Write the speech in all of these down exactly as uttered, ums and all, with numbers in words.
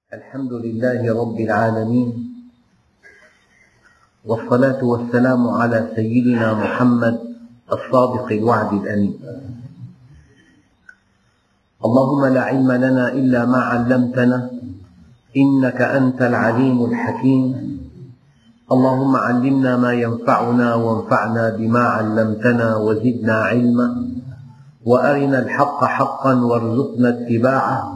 الحمد لله رب العالمين، والصلاة والسلام على سيدنا محمد الصادق الوعد الأمين. اللهم لا علم لنا إلا ما علمتنا إنك أنت العليم الحكيم. اللهم علمنا ما ينفعنا وانفعنا بما علمتنا وزدنا علما، وأرنا الحق حقا وارزقنا اتباعه،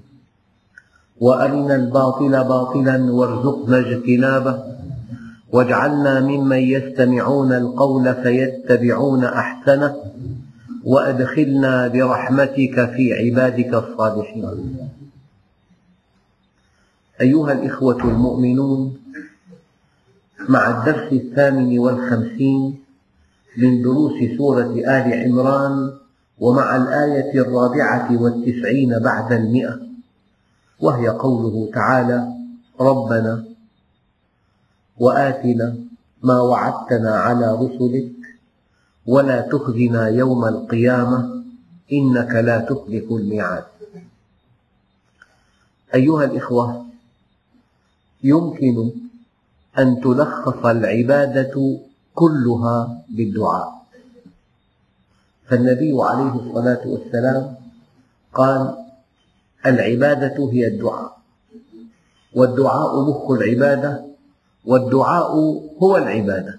وأرنا الباطل باطلا وارزقنا اجتنابه، واجعلنا ممن يستمعون القول فيتبعون أحسنه، وأدخلنا برحمتك في عبادك الصالحين. أيها الإخوة المؤمنون، مع الدرس الثامن والخمسين من دروس سورة آل عمران، ومع الآية الرابعة والتسعين بعد المئة، وهي قوله تعالى: ربنا وآتنا ما وعدتنا على رسلك ولا تخزنا يوم القيامة إنك لا تخلف الميعاد. أيها الإخوة، يمكن أن تلخص العبادة كلها بالدعاء، فالنبي عليه الصلاة والسلام قال: العبادة هي الدعاء، والدعاء مخ العبادة، والدعاء هو العبادة.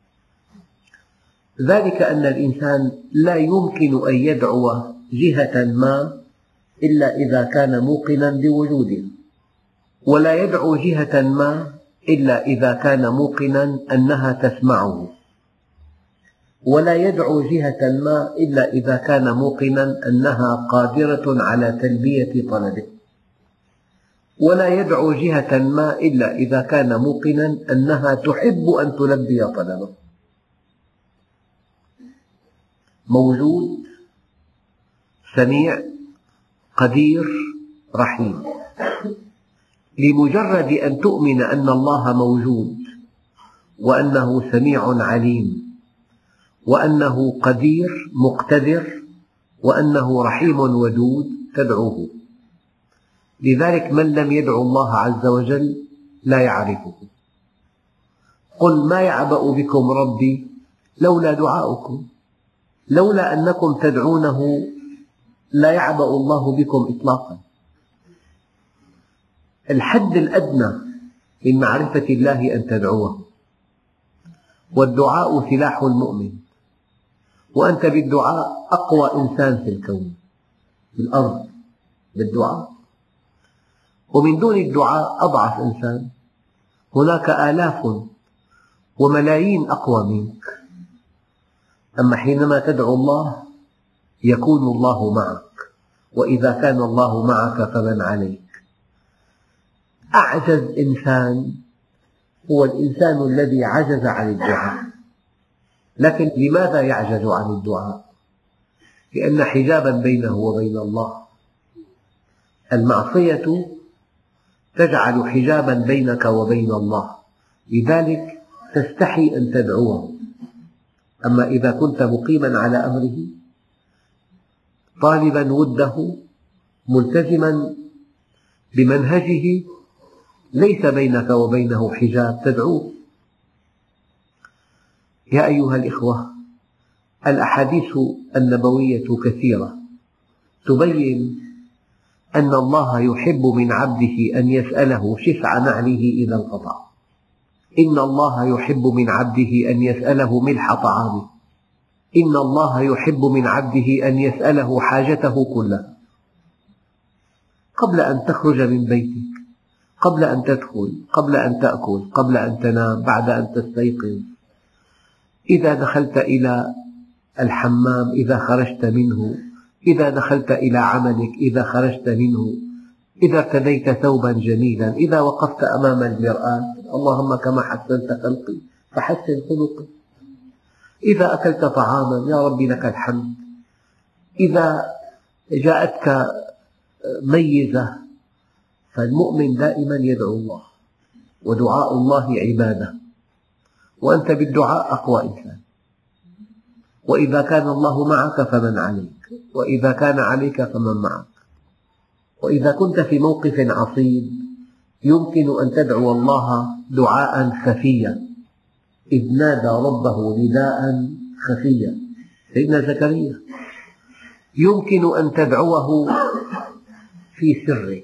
ذلك أن الإنسان لا يمكن أن يدعو جهة ما إلا إذا كان موقنا بوجودها، ولا يدعو جهة ما إلا إذا كان موقنا أنها تسمعه، ولا يدعو جهة ما إلا إذا كان موقنا أنها قادرة على تلبية طلبه، ولا يدعو جهة ما إلا إذا كان موقنا أنها تحب أن تلبي طلبه. موجود، سميع، قدير، رحيم. لمجرد أن تؤمن أن الله موجود، وأنه سميع عليم، وأنه قدير مقتدر، وأنه رحيم ودود، تدعوه. لذلك من لم يدعو الله عز وجل لا يعرفه. قل ما يعبأ بكم ربي لولا دعاؤكم، لولا أنكم تدعونه لا يعبأ الله بكم إطلاقا. الحد الأدنى من معرفة الله أن تدعوه، والدعاء سلاح المؤمن، وأنت بالدعاء أقوى إنسان في الكون، في الأرض، بالدعاء. ومن دون الدعاء أضعف إنسان. هناك آلاف وملايين أقوى منك، أما حينما تدعو الله يكون الله معك، وإذا كان الله معك فمن عليك. أعجز إنسان هو الإنسان الذي عجز عن الدعاء. لكن لماذا يعجز عن الدعاء؟ لأن حجابا بينه وبين الله. المعصية تجعل حجابا بينك وبين الله، لذلك تستحي أن تدعوه. أما إذا كنت مقيما على أمره، طالبا وده، ملتزما بمنهجه، ليس بينك وبينه حجاب، تدعوه. يا أيها الإخوة، الأحاديث النبوية كثيرة تبين أن الله يحب من عبده أن يسأله شسع نعله إذا انقطع. إن الله يحب من عبده أن يسأله ملح طعامه. إن الله يحب من عبده أن يسأله حاجته كلها، قبل أن تخرج من بيتك، قبل أن تدخل، قبل أن تأكل، قبل أن تنام، بعد أن تستيقظ، إذا دخلت إلى الحمام، إذا خرجت منه، إذا دخلت إلى عملك، إذا خرجت منه، إذا ارتديت ثوبا جميلا، إذا وقفت أمام المرآة، اللهم كما حسنت خلقي فحسن خلقي. إذا أكلت طعاما، يا رب لك الحمد. إذا جاءتك ميزة، فالمؤمن دائما يدعو الله، ودعاء الله عبادة، وأنت بالدعاء أقوى إنسان. وإذا كان الله معك فمن عليك، وإذا كان عليك فمن معك. وإذا كنت في موقف عصيب يمكن أن تدعو الله دعاء خفيا، إذ نادى ربه نداء خفيا، سيدنا زكريا. يمكن أن تدعوه في سرك.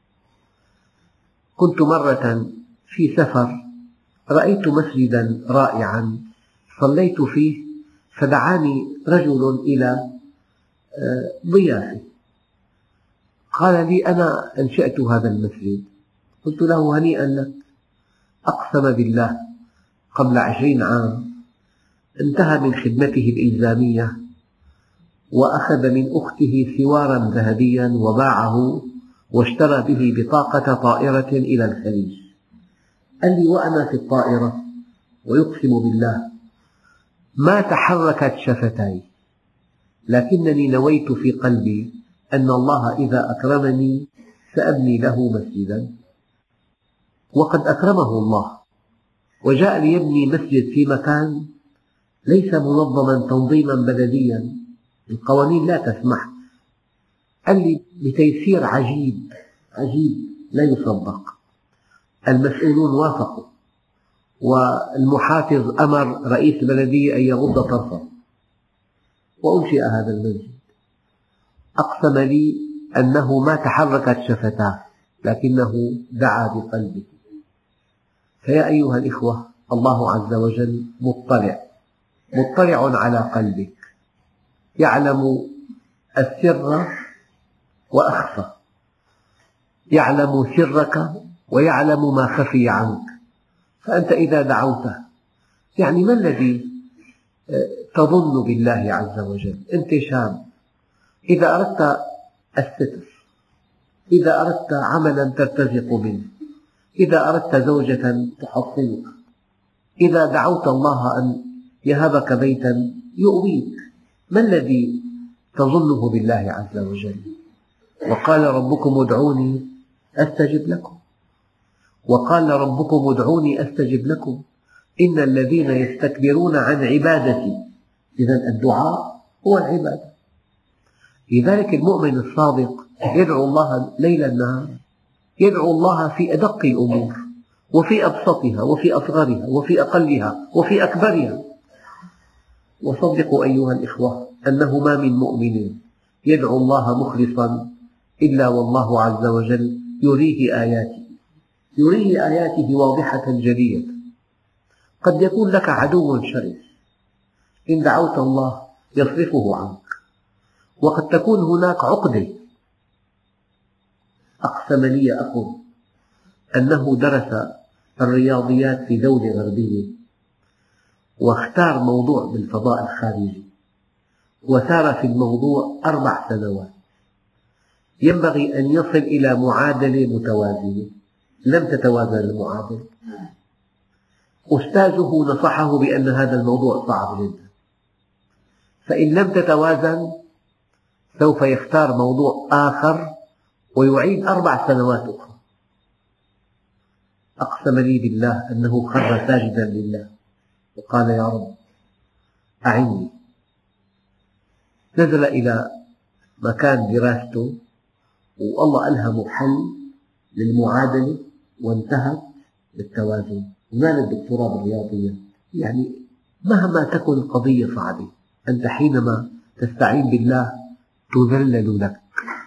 كنت مرة في سفر، رأيت مسجدا رائعا صليت فيه، فدعاني رجل إلى ضيافة، قال لي: أنا أنشأت هذا المسجد. قلت له: هنيئا لك. أقسم بالله قبل عشرين عام انتهى من خدمته الإلزامية وأخذ من أخته سوارا ذهبيا وباعه واشترى به بطاقة طائرة إلى الخليج. قال لي: وأنا في الطائرة ويقسم بالله ما تحركت شفتاي، لكنني نويت في قلبي أن الله إذا أكرمني سأبني له مسجدا، وقد أكرمه الله وجاء ليبني مسجد في مكان ليس منظما تنظيما بلديا، القوانين لا تسمح. قال لي بتيسير عجيب عجيب لا يصدق، المسؤولون وافقوا، والمحافظ أمر رئيس البلدية أن يغض طرفه، وأنشئ هذا المسجد. أقسم لي أنه ما تحركت شفتاه، لكنه دعا بقلبه. فيا أيها الإخوة، الله عز وجل مطلع مطلع على قلبك، يعلم السر وأخفى، يعلم سرك ويعلم ما خفي عنك. فأنت إذا دعوته، يعني ما الذي تظن بالله عز وجل؟ أنت شاب، إذا أردت الستر، إذا أردت عملا ترتزق منه، إذا أردت زوجة تحصنك، إذا دعوت الله أن يهبك بيتا يؤويك، ما الذي تظنه بالله عز وجل؟ وقال ربكم ادعوني أستجب لكم، وقال ربكم ادعوني أستجب لكم، إن الذين يستكبرون عن عبادتي. إذن الدعاء هو العبادة. لذلك المؤمن الصادق يدعو الله ليلا نهارا، يدعو الله في أدق الأمور وفي أبسطها وفي أصغرها وفي أقلها وفي أكبرها. وصدقوا أيها الإخوة أنه ما من مؤمن يدعو الله مخلصا إلا والله عز وجل يريه آياته يريه آياته واضحة جلية. قد يكون لك عدو شرس، إن دعوت الله يصرفه عنك، وقد تكون هناك عقدة. أقسم لي أخ أنه درس الرياضيات في دولة غربية، واختار موضوع بالفضاء الخارجي، وسار في الموضوع أربع سنوات. ينبغي أن يصل إلى معادلة متوازنة، لم تتوازن المعادلة. أستاذه نصحه بأن هذا الموضوع صعب جدا، فإن لم تتوازن سوف يختار موضوع آخر ويعيد أربع سنوات أخرى. أقسم لي بالله أنه خر ساجدا لله وقال: يا رب أعني. نزل إلى مكان دراسته والله ألهمه حل للمعادلة وانتهت بالتوازن، ونال الدكتوراه بالرياضيات. يعني مهما تكن القضية صعبة، أنت حينما تستعين بالله تذلل لك.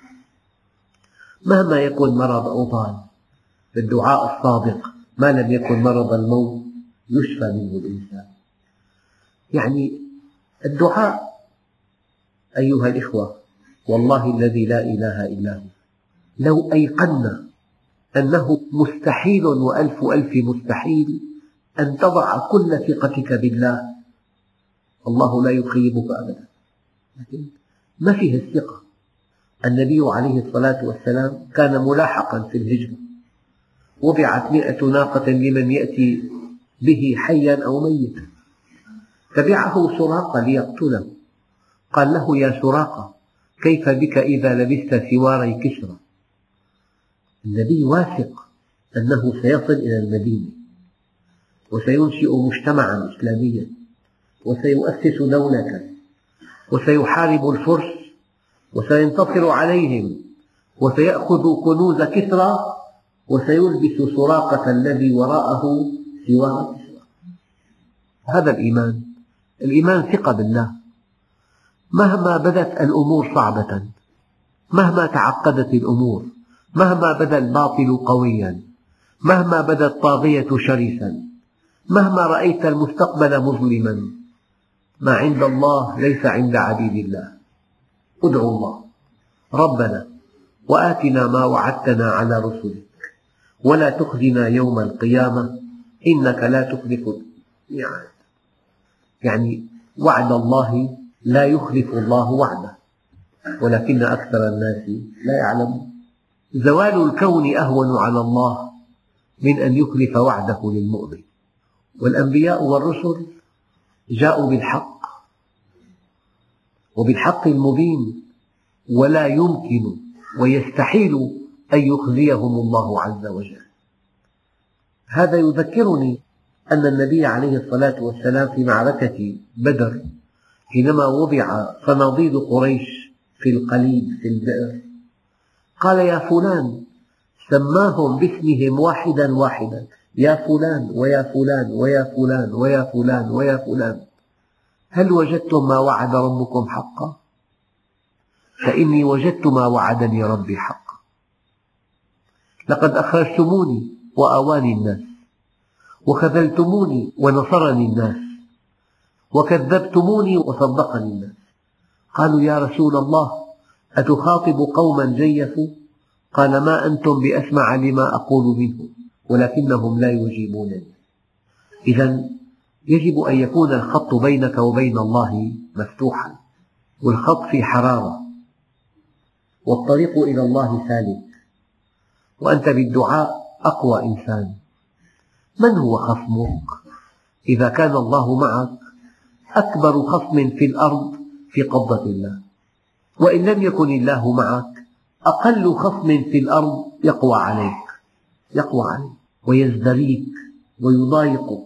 مهما يكن مرض أو ضال، بالدعاء الصادق ما لم يكن مرض الموت يشفى منه الإنسان. يعني الدعاء أيها الإخوة، والله الذي لا إله إلا هو، لو أيقنا أنه مستحيل وألف ألف مستحيل أن تضع كل ثقتك بالله، الله لا يخيبك أبدا. لكن ما فيه الثقة. النبي عليه الصلاة والسلام كان ملاحقا في الهجرة، وضعت مئة ناقة لمن يأتي به حيا أو ميتا، تبعه سراقة ليقتله، قال له: يا سراقة كيف بك إذا لبست سواري كسرى؟ النبي واثق أنه سيصل إلى المدينة وسينشئ مجتمعا إسلاميا وسيؤسس دولة وسيحارب الفرس وسينتصر عليهم وسيأخذ كنوز كسرى، وسيلبس سراقة الذي وراءه سوار كسرى. هذا الإيمان. الإيمان ثقة بالله. مهما بدت الأمور صعبة، مهما تعقدت الأمور، مهما بدا الباطل قويا، مهما بدا الطاغية شرسا، مهما رأيت المستقبل مظلما، ما عند الله ليس عند عبيد الله. ادعوا الله: ربنا وآتنا ما وعدتنا على رسلك ولا تخزنا يوم القيامة إنك لا تخلف الميعاد. يعني وعد الله لا يخلف الله وعده، ولكن أكثر الناس لا يعلمون. زوال الكون أهون على الله من أن يخلف وعده للمؤمن. والأنبياء والرسل جاءوا بالحق، وبالحق المبين، ولا يمكن ويستحيل أن يخزيهم الله عز وجل. هذا يذكرني أن النبي عليه الصلاة والسلام في معركة بدر حينما وضع صناديد قريش في القليب في البئر قال: يا فلان، سماهم باسمهم واحدا واحدا: يا فلان ويا فلان ويا فلان ويا فلان ويا فلان، هل وجدتم ما وعد ربكم حقا؟ فإني وجدت ما وعدني ربي حقا. لقد أخرجتموني وآواني الناس، وخذلتموني ونصرني الناس، وكذبتموني وصدقني الناس. قالوا: يا رسول الله، أتخاطب قوما جيفوا؟ قال: ما أنتم بأسمع لما أقول منهم ولكنهم لا يجيبونني. إذا يجب أن يكون الخط بينك وبين الله مفتوحا، والخط في حرارة، والطريق إلى الله سالك، وأنت بالدعاء أقوى إنسان. من هو خصمك؟ إذا كان الله معك أكبر خصم في الأرض في قبضة الله، وإن لم يكن الله معك أقل خصم في الأرض يقوى عليك يقوى عليك ويزدريك ويضايقك.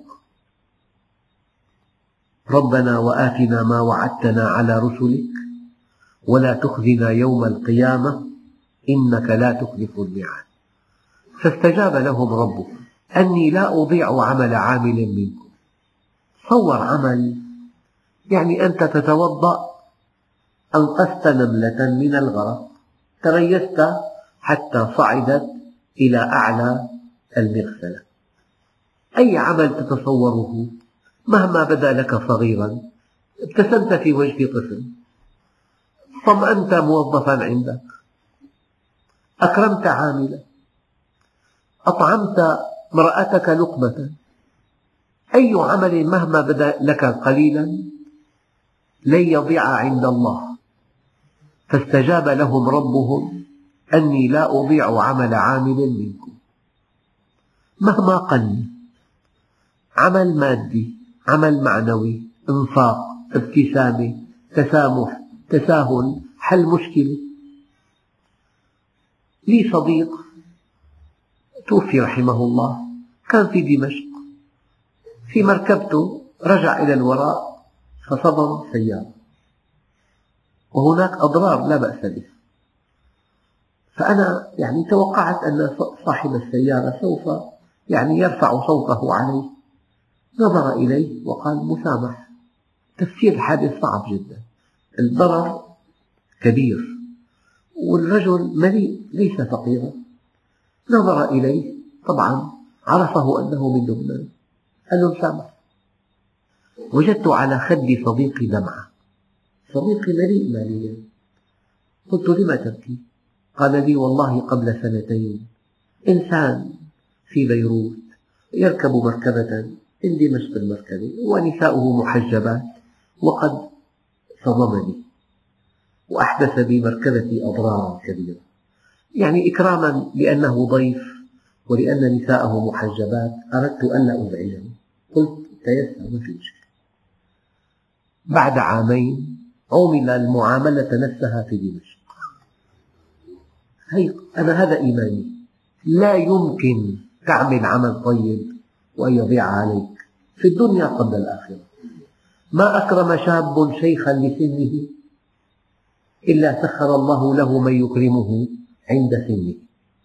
ربنا وآتنا ما وعدتنا على رسلك ولا تخزنا يوم القيامة إنك لا تخلف الميعاد. فاستجاب لهم ربهم أني لا أضيع عمل عامل منكم. صور عمل، يعني أنت تتوضأ، أنقذت نملة من الغرق، تريثت حتى صعدت إلى أعلى المغسلة. أي عمل تتصوره مهما بدا لك صغيرا، ابتسمت في وجه طفل، طمأنت موظفا عندك، أكرمت عاملا، أطعمت امرأتك لقمة، أي عمل مهما بدا لك قليلا لن يضيع عند الله. فاستجاب لهم ربهم أني لا أضيع عمل عامل منكم مهما قل، عمل مادي، عمل معنوي، انفاق، ابتسامة، تسامح، تساهل، حل مشكلة. لي صديق توفي رحمه الله، كان في دمشق، في مركبته رجع إلى الوراء فصدم سيارة، وهناك أضرار لا بأس بها. فأنا يعني توقعت أن صاحب السيارة سوف يعني يرفع صوته عليه. نظر إليه وقال: مسامح. تفسير الحادث صعب جدا، الضرر كبير والرجل مليء ليس فقيرا. نظر إليه، طبعا عرفه أنه من لبنان، قال له: مسامح. وجدت على خد صديقي دمعة، صديقي مليء ماليا. قلت: لم تبكي؟ قال لي: والله قبل سنتين إنسان في بيروت يركب مركبة من دمشق المركبة ونساؤه محجبات، وقد صدمني وأحدث بمركبتي أضرارا كبيرة، يعني إكراما لأنه ضيف ولأن نساءه محجبات أردت ألا أزعجه. قلت: تيسر، ما في مشكلة. بعد عامين عمل المعاملة نفسها في دمشق. هي أنا هذا إيماني، لا يمكن تعمل عمل طيب وأن يضيع عليك في الدنيا قبل الآخرة. ما أكرم شاب شيخا لسنه إلا سخر الله له من يكرمه عند سنه.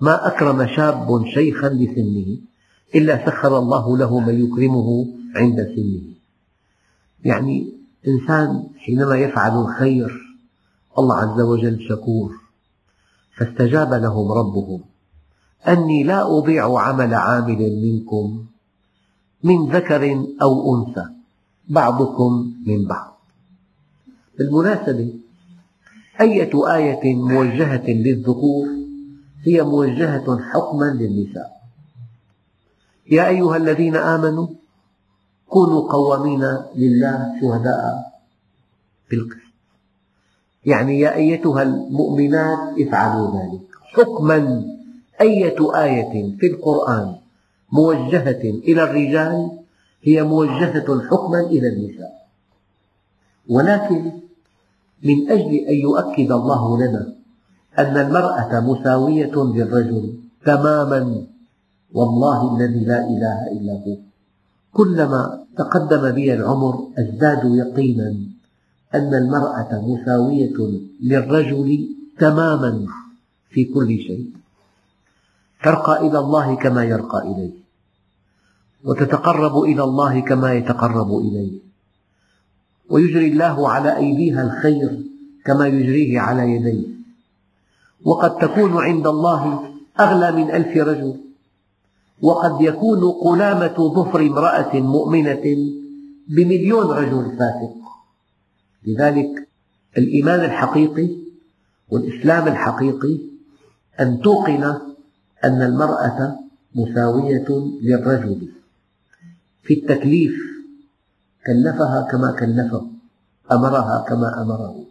ما أكرم شاب شيخا لسنه إلا سخر الله له من يكرمه عند سنه. يعني إنسان حينما يفعل الخير الله عز وجل شكور، فاستجاب لهم ربهم أني لا أضيع عمل عامل منكم من ذكر أو أنثى بعضكم من بعض. بالمناسبة أية آية موجهة للذكور هي موجهة حكما للنساء. يا أيها الذين آمنوا كونوا قوامين لله شهداء بالقسط، يعني يا أيتها المؤمنات افعلوا ذلك حكما. أية آية في القرآن موجهة إلى الرجال هي موجهة حكما إلى النساء، ولكن من أجل أن يؤكد الله لنا أن المرأة مساوية للرجل تماما، والله الذي لا إله إلا هو كلما تقدم بي العمر أزداد يقينا أن المرأة مساوية للرجل تماما في كل شيء، ترقى إلى الله كما يرقى إليه، وتتقرب إلى الله كما يتقرب إليه، ويجري الله على أيديها الخير كما يجريه على يديه، وقد تكون عند الله أغلى من ألف رجل، وقد يكون قلامة ظفر امرأة مؤمنة بمليون رجل فاسق. لذلك الإيمان الحقيقي والإسلام الحقيقي أن توقن أن المرأة مساوية للرجل في التكليف، كلفها كما كلفه، أمرها كما أمره،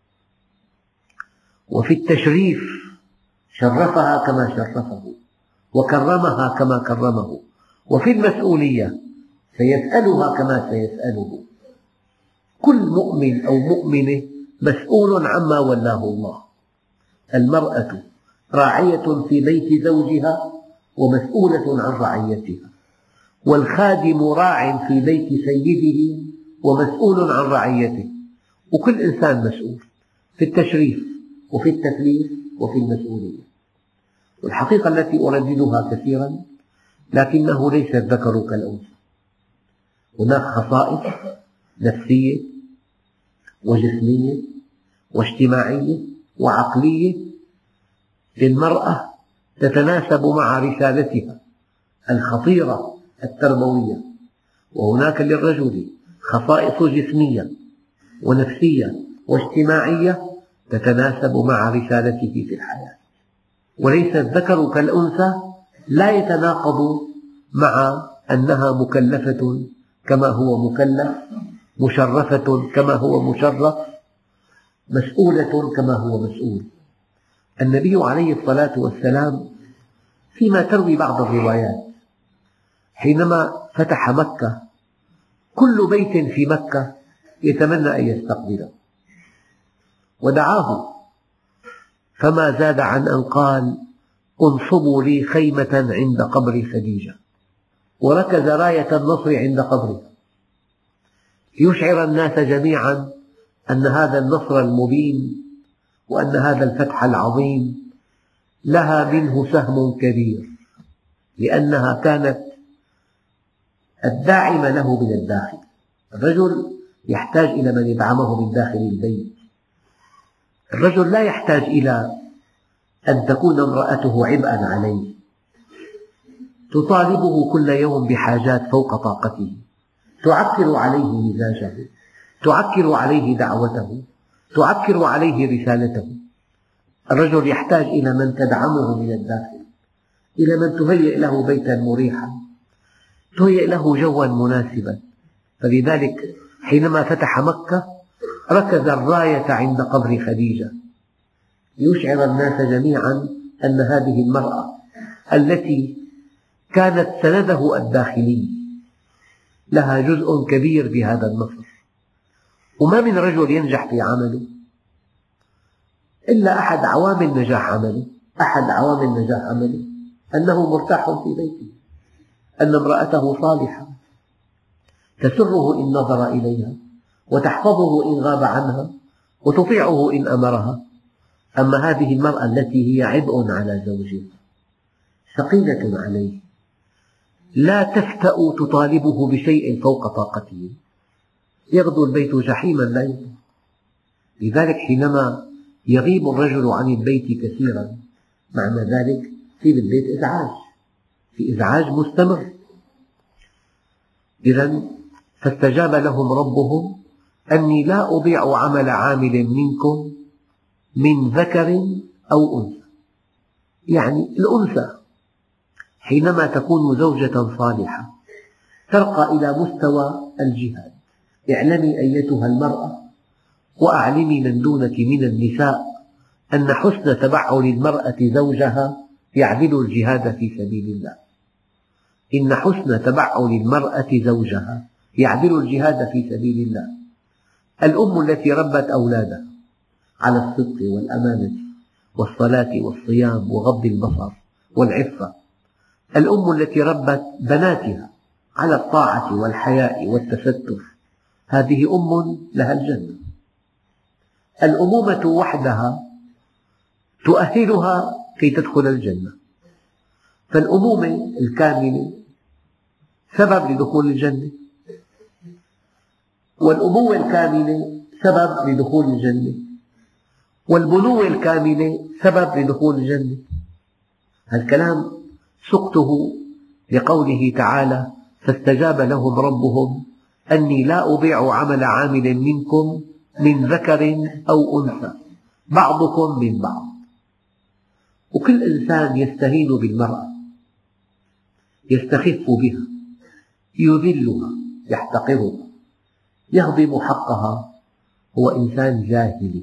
وفي التشريف شرفها كما شرفه، وكرمها كما كرمه، وفي المسؤولية سيسألها كما سيسأله. كل مؤمن أو مؤمنة مسؤول عما ولاه الله. المرأة راعية في بيت زوجها ومسؤولة عن رعيتها، والخادم راع في بيت سيده ومسؤول عن رعيته، وكل إنسان مسؤول في التشريف وفي التكليف وفي المسؤولية. والحقيقة التي أرددها كثيرا لكنه ليس الذكر كالأنثى، هناك خصائص نفسية وجسمية واجتماعية وعقلية للمرأة تتناسب مع رسالتها الخطيرة التربوية، وهناك للرجل خصائص جسمية ونفسية واجتماعية تتناسب مع رسالته في الحياة. وليس الذكر كالأنثى لا يتناقض مع أنها مكلفة كما هو مكلف، مشرفة كما هو مشرف، مسؤولة كما هو مسؤول. النبي عليه الصلاة والسلام فيما تروي بعض الروايات حينما فتح مكة كل بيت في مكة يتمنى أن يستقبله، ودعاه فما زاد عن أن قال انصبوا لي خيمة عند قبر خديجة، وركز راية النصر عند قبرها ليشعر الناس جميعا أن هذا النصر المبين وأن هذا الفتح العظيم لها منه سهم كبير، لأنها كانت الداعمة له من الداخل. الرجل يحتاج إلى من يدعمه من داخل البيت، الرجل لا يحتاج إلى أن تكون امرأته عبئا عليه، تطالبه كل يوم بحاجات فوق طاقته، تعكر عليه مزاجه، تعكر عليه دعوته، تعكر عليه رسالته. الرجل يحتاج إلى من تدعمه من الداخل، إلى من تهيئ له بيتا مريحا، تهيئ له جوا مناسبا. فلذلك حينما فتح مكة ركز الراية عند قبر خديجة ليشعر الناس جميعا أن هذه المرأة التي كانت سنده الداخلي لها جزء كبير بهذا النصر. وما من رجل ينجح في عمله إلا أحد عوامل نجاح عمله أحد عوامل نجاح عمله أنه مرتاح في بيته، أن امرأته صالحة تسره إن نظر إليها، وتحفظه إن غاب عنها، وتطيعه إن أمرها. أما هذه المرأة التي هي عبء على زوجها ثقيلة عليه، لا تفتأ تطالبه بشيء فوق طاقته، يغدو البيت جحيما لا يطاق. لذلك حينما يغيب الرجل عن البيت كثيرا معنى ذلك في بالبيت إزعاج، في إزعاج مستمر. إذا فاستجاب لهم ربهم أني لا أضيع عمل عامل منكم من ذكر أو أنثى. يعني الأنثى حينما تكون زوجة صالحة ترقى إلى مستوى الجهاد. اعلمي أيتها المرأة وأعلمي من دونك من النساء أن حسن تبعل المرأة زوجها يعدل الجهاد في سبيل الله. إن حسن تبعل المرأة زوجها يعدل الجهاد في سبيل الله. الأم التي ربت أولادها على الصدق والأمانة والصلاة والصيام وغض البصر والعفة، الأم التي ربت بناتها على الطاعة والحياء والتستر، هذه أم لها الجنة. الأمومة وحدها تؤهلها كي تدخل الجنة، فالأمومة الكاملة سبب لدخول الجنة، والأبوة الكاملة سبب لدخول الجنة، والبنوة الكاملة سبب لدخول الجنة. هالكلام سقته لقوله تعالى: فاستجاب لهم ربهم أني لا أضيع عمل عامل منكم من ذكر أو أنثى بعضكم من بعض. وكل إنسان يستهين بالمرأة، يستخف بها، يذلها، يحتقرها، يهضم حقها، هو إنسان جاهلي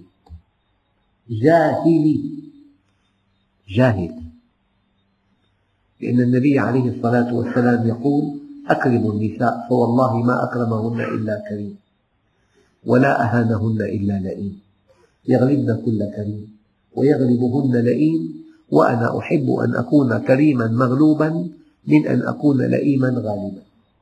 جاهلي جاهل. لأن النبي عليه الصلاة والسلام يقول: أكرموا النساء فوالله ما أكرمهن إلا كريم ولا أهانهن إلا لئيم، يغلبن كل كريم ويغلبهن لئيم، وأنا أحب أن أكون كريما مغلوبا من أن أكون لئيما غالبا.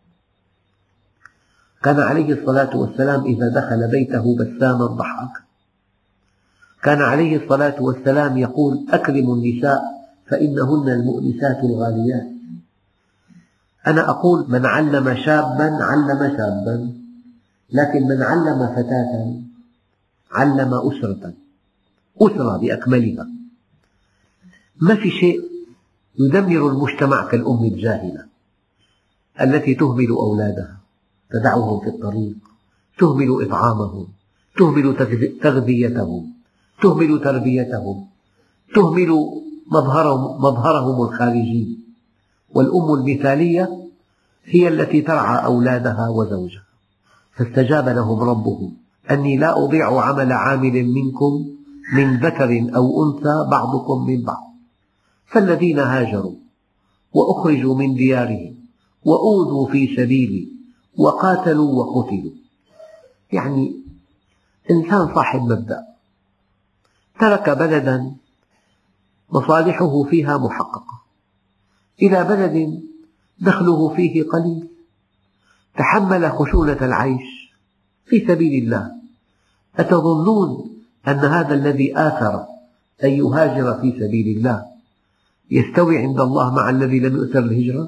كان عليه الصلاة والسلام إذا دخل بيته بساما ضحك. كان عليه الصلاة والسلام يقول: أكرموا النساء فإنهن المؤنسات الغاليات. أنا أقول: من علم شابا علم شابا، لكن من علم فتاة علم أسرة، أسرة بأكملها. ما في شيء يدمر المجتمع كالأم الجاهلة التي تهمل أولادها، تدعهم في الطريق، تهمل إطعامهم، تهمل تغذيتهم، تهمل تربيتهم، تهمل مظهرهم, مظهرهم الخارجي. والأم المثالية هي التي ترعى أولادها وزوجها. فاستجاب لهم ربهم أني لا أضيع عمل عامل منكم من ذكر أو أنثى بعضكم من بعض. فالذين هاجروا وأخرجوا من ديارهم وأوذوا في سبيلي وقاتلوا وقتلوا، يعني إنسان صاحب مبدأ ترك بلدا مصالحه فيها محققة إلى بلد دخله فيه قليل، تحمل خشونة العيش في سبيل الله. أتظنون أن هذا الذي آثر أن يهاجر في سبيل الله يستوي عند الله مع الذي لم يؤثر الهجرة؟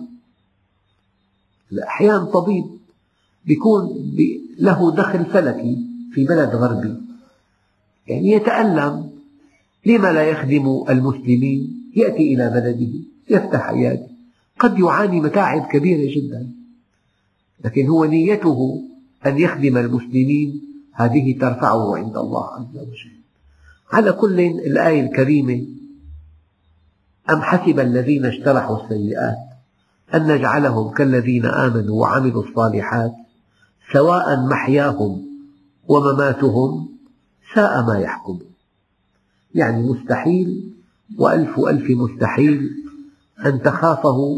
أحيانا طبيب يكون له دخل فلكي في بلد غربي، يعني يتألم، لما لا يخدم المسلمين؟ يأتي إلى بلده يفتح عيادة، قد يعاني متاعب كبيرة جدا، لكن هو نيته أن يخدم المسلمين، هذه ترفعه عند الله عز وجل. على كل، الآية الكريمة: أم حسب الذين اجترحوا السيئات أن نجعلهم كالذين آمنوا وعملوا الصالحات سواء محياهم ومماتهم ساء ما يحكمون. يعني مستحيل وألف ألف مستحيل أن تخافه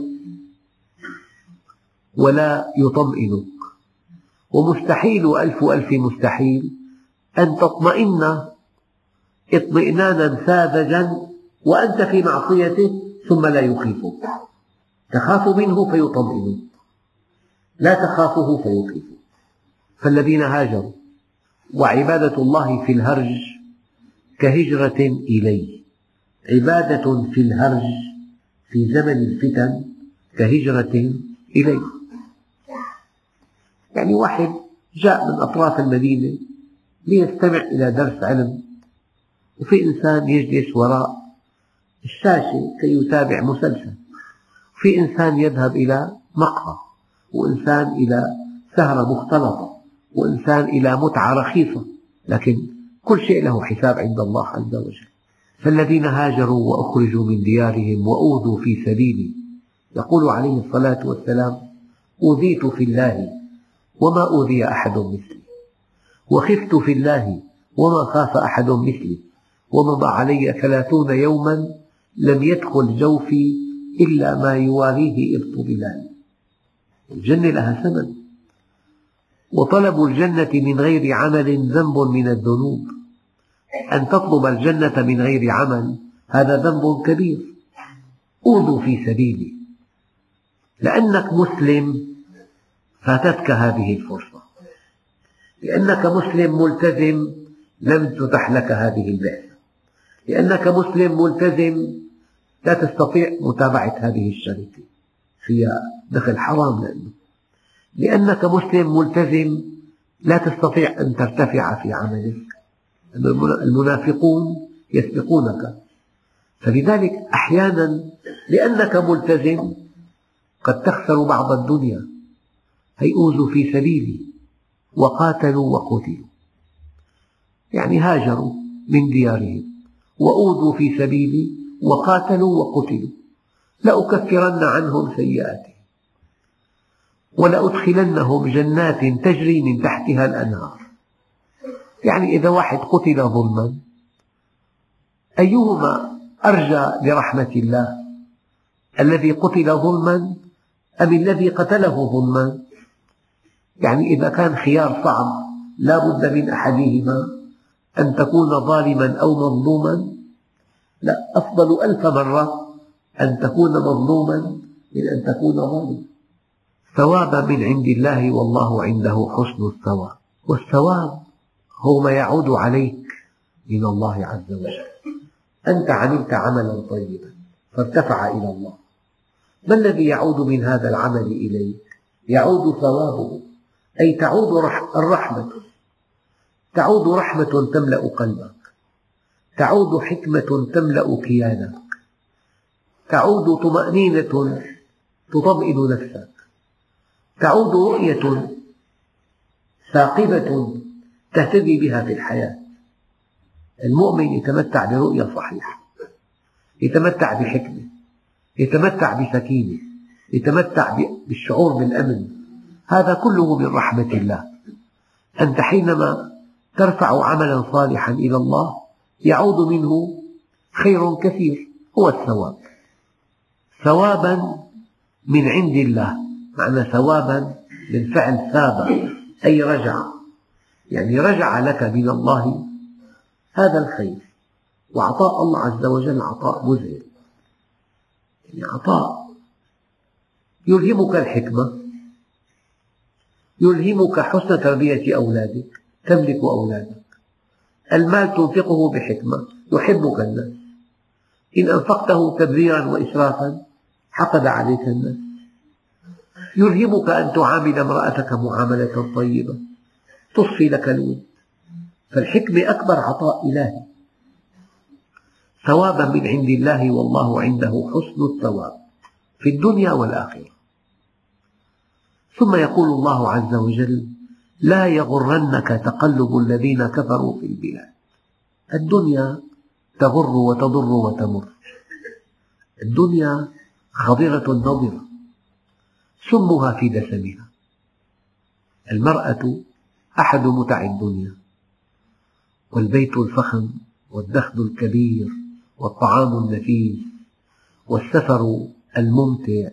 ولا يطمئنك، ومستحيل وألف ألف مستحيل أن تطمئن اطمئنانا ساذجا وأنت في معصيته ثم لا يخيفك. تخاف منه فيطمئنك، لا تخافه فيخيفك. فالذين هاجروا، وعبادة الله في الهرج كهجرة إليه، عبادة في الهرج في زمن الفتن كهجرة إليه. يعني واحد جاء من أطراف المدينة ليستمع إلى درس علم، وفي إنسان يجلس وراء الشاشة كي يتابع مسلسل، وفي إنسان يذهب إلى مقهى، وإنسان إلى سهرة مختلطة، وإنسان إلى متعة رخيصة، لكن كل شيء له حساب عند الله عز وجل. فالذين هاجروا وأخرجوا من ديارهم وأوذوا في سبيلي، يقول عليه الصلاة والسلام: أوذيت في الله وما أوذي أحد مثلي، وخفت في الله وما خاف أحد مثلي، ومضى علي ثلاثون يوما لم يدخل جوفي إلا ما يواريه إبط بلال. الجنة لها ثمن، وطلب الجنة من غير عمل ذنب من الذنوب. أن تطلب الجنة من غير عمل هذا ذنب كبير. أوذوا في سبيلي، لأنك مسلم فاتتك هذه الفرصة، لأنك مسلم ملتزم لم تتح لك هذه البعثة، لأنك مسلم ملتزم لا تستطيع متابعة هذه الشركة فيها دخل حرام، لأنه لأنك مسلم ملتزم لا تستطيع أن ترتفع في عملك، المنافقون يسبقونك. فلذلك أحيانا لأنك ملتزم قد تخسر بعض الدنيا. هي أوذوا في سبيلي وقاتلوا وقتلوا، يعني هاجروا من ديارهم وأوذوا في سبيلي وقاتلوا وقتلوا، لأكفرن عنهم سيئاتهم ولأدخلنهم جنات تجري من تحتها الأنهار. يعني إذا واحد قتل ظلما أيهما أرجى لرحمة الله، الذي قتل ظلما أم الذي قتله ظلما؟ يعني إذا كان خيار صعب لا بد من أحدهما، أن تكون ظالما أو مظلوما، لا، أفضل ألف مرة أن تكون مظلوما من أن تكون ظالما. ثوابا من عند الله والله عنده حسن الثواب. والثواب هو ما يعود عليك من الله عز وجل. أنت عملت عملا طيبا فارتفع إلى الله، ما الذي يعود من هذا العمل إليك؟ يعود ثوابه، أي تعود الرحمة، تعود رحمة تملأ قلبك، تعود حكمة تملأ كيانك، تعود طمأنينة تطمئن نفسك، تعود رؤية ثاقبة تهتدي بها في الحياة. المؤمن يتمتع برؤية صحيحة، يتمتع بحكمة، يتمتع بسكينة، يتمتع بالشعور بالأمن. هذا كله من رحمة الله. أنت حينما ترفع عملا صالحا إلى الله يعود منه خير كثير، هو الثواب. ثوابا من عند الله، معنى ثوابا من فعل ثاب أي رجع، يعني رجع لك من الله هذا الخير. وعطاء الله عز وجل عطاء مذهل، يعني عطاء يلهمك الحكمة، يلهمك حسن تربية أولادك، تملك أولادك. المال تنفقه بحكمة يحبك الناس، إن أنفقته تبذيرا وإسرافا حقد عليك الناس. يلهمك أن تعامل امرأتك معاملة طيبة تصفي لك الود. فالحكمة أكبر عطاء إلهي. ثوابا من عند الله والله عنده حسن الثواب في الدنيا والآخرة. ثم يقول الله عز وجل: لا يغرنك تقلب الذين كفروا في البلاد. الدنيا تغر وتضر وتمر، الدنيا خضرة نضرة، سمها في دسمها. المرأة أحد متع الدنيا، والبيت الفخم والدخل الكبير والطعام النفيس والسفر الممتع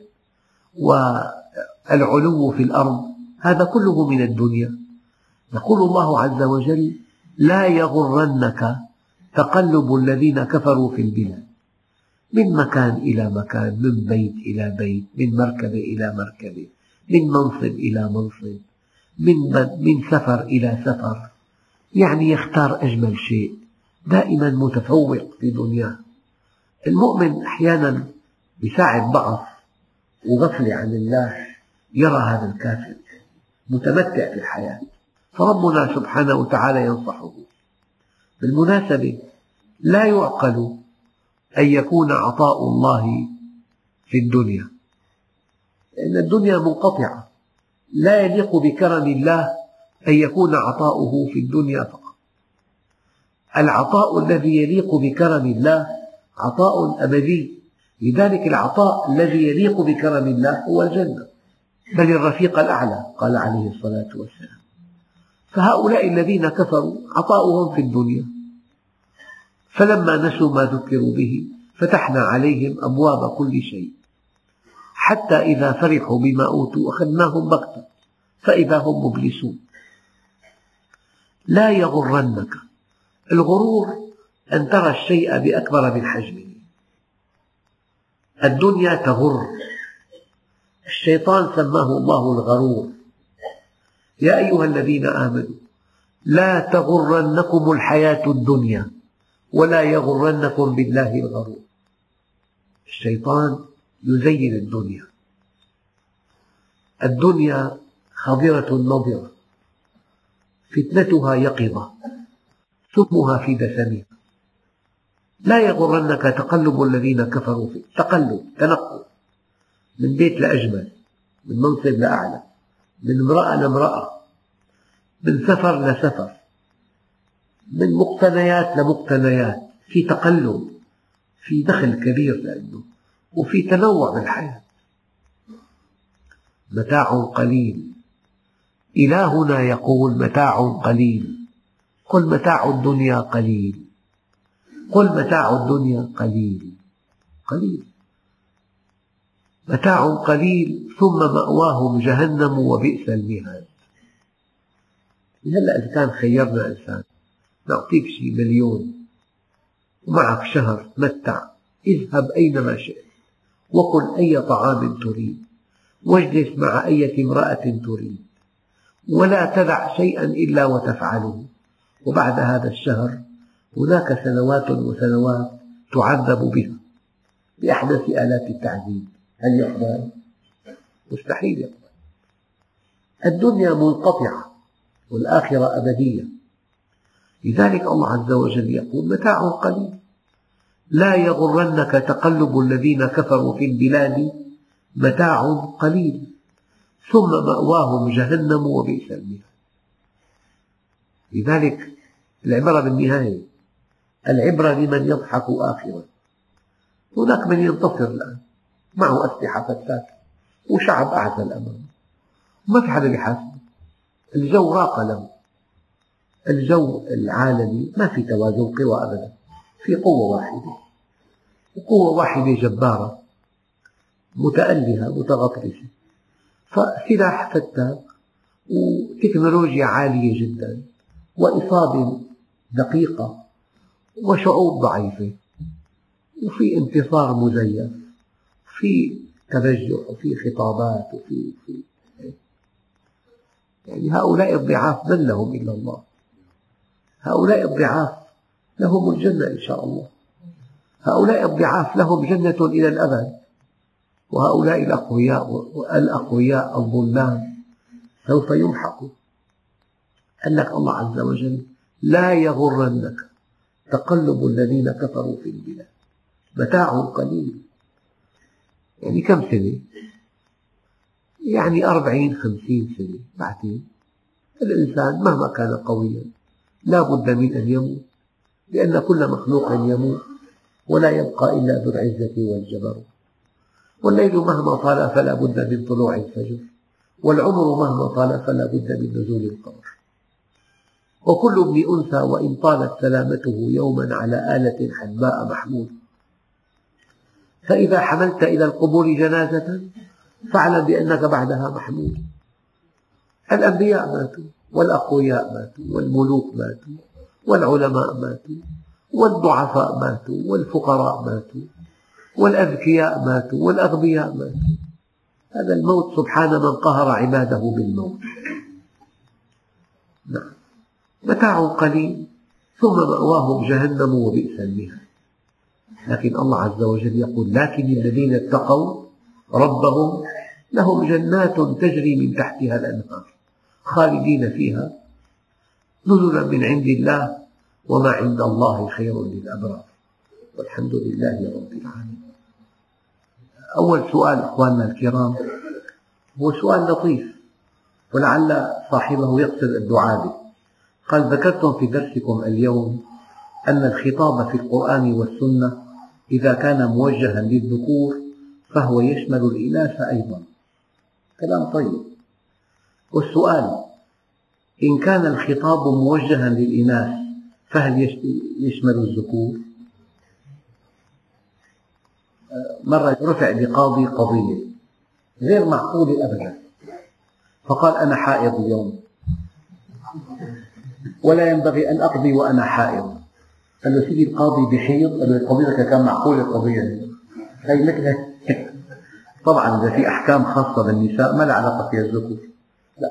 والعلو في الأرض، هذا كله من الدنيا. يقول الله عز وجل: لا يغرنك تقلب الذين كفروا في البلاد. من مكان إلى مكان، من بيت إلى بيت، من مركبة إلى مركبة، من منصب إلى منصب، من, من سفر إلى سفر، يعني يختار أجمل شيء، دائما متفوق في دنياه. المؤمن أحيانا بساعة ضعف وغفلة عن الله يرى هذا الكافر متمتع في الحياة، فربنا سبحانه وتعالى ينصحه. بالمناسبة لا يعقل أن يكون عطاء الله في الدنيا، لأن الدنيا منقطعة، لا يليق بكرم الله أن يكون عطاؤه في الدنيا فقط. العطاء الذي يليق بكرم الله عطاء أبدي، لذلك العطاء الذي يليق بكرم الله هو الجنة، بل الرفيق الأعلى قال عليه الصلاة والسلام. فهؤلاء الذين كفروا عطاؤهم في الدنيا، فلما نسوا ما ذكروا به فتحنا عليهم أبواب كل شيء حتى إذا فرحوا بما أوتوا أخذناهم بغتة فإذا هم مبلسون. لا يغرنك، الغرور أن ترى الشيء بأكبر من حجمه. الدنيا تغر، الشيطان سماه الله الغرور. يا أيها الذين آمنوا لا تغرنكم الحياة الدنيا ولا يغرنكم بالله الغرور. الشيطان يزين الدنيا. الدنيا خضرة نضرة، فتنتها يقظة، سمها في دسمها. لا يغرنك تقلب الذين كفروا فيه، تقلب تنقل من بيت لأجمل، من منصب لأعلى، من امرأة لامرأة، من سفر لسفر، من مقتنيات لمقتنيات، في تقلب، في دخل كبير لأنه، وفي تنوع بالحياة. متاع قليل، إلهنا يقول متاع قليل، قل متاع الدنيا قليل، قل متاع الدنيا قليل قليل، متاع قليل ثم مأواهم جهنم وبئس المهاد. هلأ إذا كان خيرنا إنسان نعطيك شي مليون ومعك شهر تمتع، اذهب أينما شئت وكل أي طعام تريد واجلس مع أية امرأة تريد ولا تدع شيئا إلا وتفعله، وبعد هذا الشهر هناك سنوات وسنوات تعذب بها بأحدث آلات التعذيب. هل يقبل؟ مستحيل يقبل. الدنيا منقطعة والآخرة أبدية، لذلك الله عز وجل يقول متاع قليل. لا يغرنك تقلب الذين كفروا في البلاد متاع قليل ثم مأواهم جهنم وبئس المهاد. لذلك العبرة بالنهاية، العبرة لمن يضحك آخرا. هناك من ينتصر الآن معه أسلحة فتاكة وشعب أعزل أمامه، ما في حدا يحاسبه، الجو راق له. الجو العالمي ما في توازن قوى أبدا، في قوة واحدة، وقوة واحدة جبارة متألهة متغطرسة، فسلاح فتاك وتكنولوجيا عالية جدا وإصابة دقيقة وشعوب ضعيفة وفي انتصار مزيف، في تبجح وفي خطابات وفي في يعني هؤلاء الضعاف من لهم إلا الله. هؤلاء الضعاف لهم الجنة إن شاء الله، هؤلاء الضعاف لهم جنة إلى الأبد، وهؤلاء الأقوياء الأقوياء الظلام سوف يمحقوا. قال لك الله عز وجل لا يغرنك تقلب الذين كفروا في البلاد متاع قليل. يعني كم سنة؟ يعني أربعين خمسين سنة، بعدين الإنسان مهما كان قويا لا بد من أن يموت، لأن كل مخلوق يموت ولا يبقى إلا ذو العزة والجبروت. والليل مهما طال فلا بد من طلوع الفجر، والعمر مهما طال فلا بد من نزول القمر. وكل ابن أنثى وإن طالت سلامته يوما على آلة حدباء محمول. فإذا حملت إلى القبور جنازة فاعلم بأنك بعدها محمول. الأنبياء ماتوا والأقوياء ماتوا والملوك ماتوا والعلماء ماتوا والضعفاء ماتوا والفقراء ماتوا والأذكياء ماتوا والأغبياء ماتوا. هذا الموت سبحان من قهر عباده بالموت. نعم. متاع قليل ثم مأواهم جهنم وبئس المهاد. لكن الله عز وجل يقول لكن الذين اتقوا ربهم لهم جنات تجري من تحتها الأنهار خالدين فيها نزلا من عند الله وما عند الله خير للأبرار والحمد لله رب العالمين. أول سؤال أخواننا الكرام هو سؤال لطيف ولعل صاحبه يقصد الدعاء به. قال ذكرتم في درسكم اليوم أن الخطاب في القرآن والسنة إذا كان موجها للذكور فهو يشمل الإناث أيضا. كلام طيب. والسؤال إن كان الخطاب موجها للإناث فهل يشمل الذكور؟ مرة رفع لقاضي قضية غير معقولة أبدا، فقال أنا حائض اليوم ولا ينبغي أن أقضي وأنا حائض. قال له سيدي القاضي بحيض؟ قال له قضيتك كان معقولة القضية هي مثل طبعا إذا في أحكام خاصة بالنساء ما لها علاقة فيها الذكور. لا.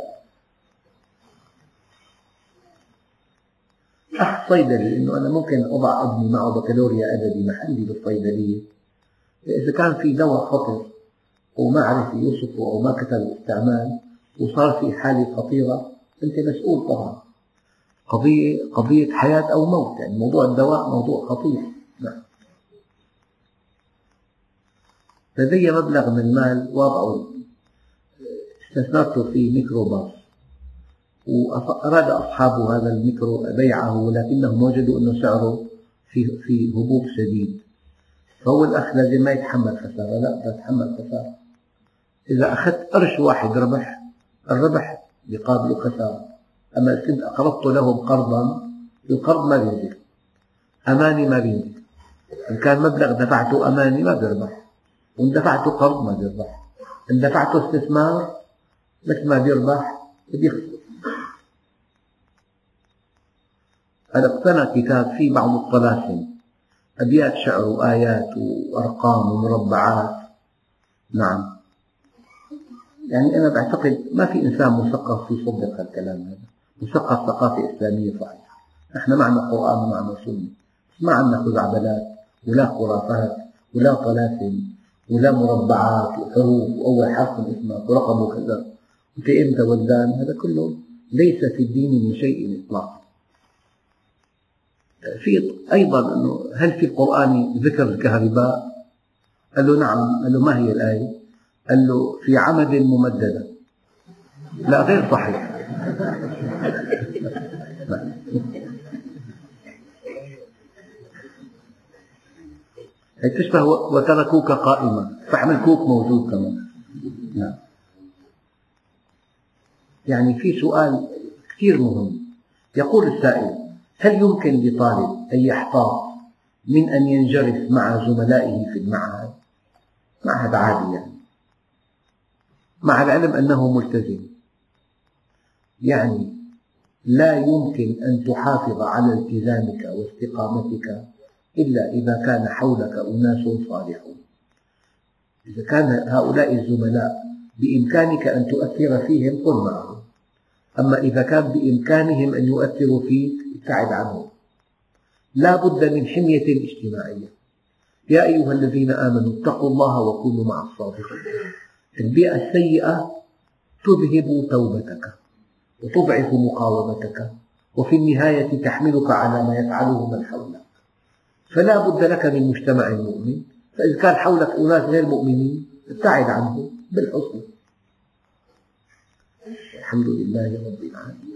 أخ صيدلي إنه أنا ممكن أضع ابني معه بكالوريا أدبي محلي بالصيدلية، إذا كان في دواء خطر وما عرف يوصفه أو ما كتب الاستعمال وصار في حالة خطيرة أنت مسؤول طبعا. قضية قضية حياة أو موت، يعني موضوع الدواء موضوع خطير. نعم. لدي مبلغ من المال واضعه استثمرته في ميكروباص، وأراد أصحاب هذا الميكرو بيعه ولكنهم وجدوا أن سعره في في هبوط شديد، فهو الأخ لازم ما يتحمل خسارة. لا بتحمل خسارة. إذا أخذت قرش واحد ربح الربح يقابل خسارة، أما إذا كنت أقرضت لهم قرضا القرض ما بينزل، أماني ما بينزل. إن كان مبلغ دفعته أماني ما بيربح، وإن دفعته قرض ما بيربح، إن دفعته استثمار مثل ما بيربح بيخسر. هذا اقتنى كتاب فيه بعض الطلاسم، أبيات شعر وآيات وأرقام ومربعات. نعم. يعني أنا بعتقد ما في إنسان مثقف يصدق هالكلام هذا، مثقف ثقافة إسلامية صحيحة. نحن معنا قرآن ومعنا سنة، ما عندنا خزعبلات ولا خرافات ولا طلاسم ولا مربعات وحروف وأول حرف من اسمك ورقم وكذا أنت إمتى ولدان. هذا كله ليس في الدين من شيء إطلاقا. في أيضا أنه هل في القرآن ذكر الكهرباء؟ قال له نعم. قال له ما هي الآية؟ قال له في عمد ممددة. لا غير صحيح. هي تشبه وتركوك قائمة، فحمل كوك موجود كمان. نعم. يعني في سؤال كثير مهم. يقول السائل هل يمكن لطالب أن يحتاط من أن ينجرف مع زملائه في المعهد؟ معهد عادي يعني، مع العلم أنه ملتزم. يعني لا يمكن أن تحافظ على التزامك واستقامتك إلا إذا كان حولك أناس صالحون. إذا كان هؤلاء الزملاء بإمكانك أن تؤثر فيهم كن معهم، أما إذا كان بإمكانهم أن يؤثروا فيك ابتعد عنهم. لا بد من حمية اجتماعية. يا أيها الذين آمنوا اتقوا الله وكونوا مع الصادقين. البيئة السيئة تذهب توبتك وتضعف مقاومتك، وفي النهاية تحملك على ما يفعله من حولك. فلا بد لك من مجتمع مؤمن، فإذا كان حولك أناس غير مؤمنين ابتعد عنهم بالحسن. الحمد لله رب العالمين.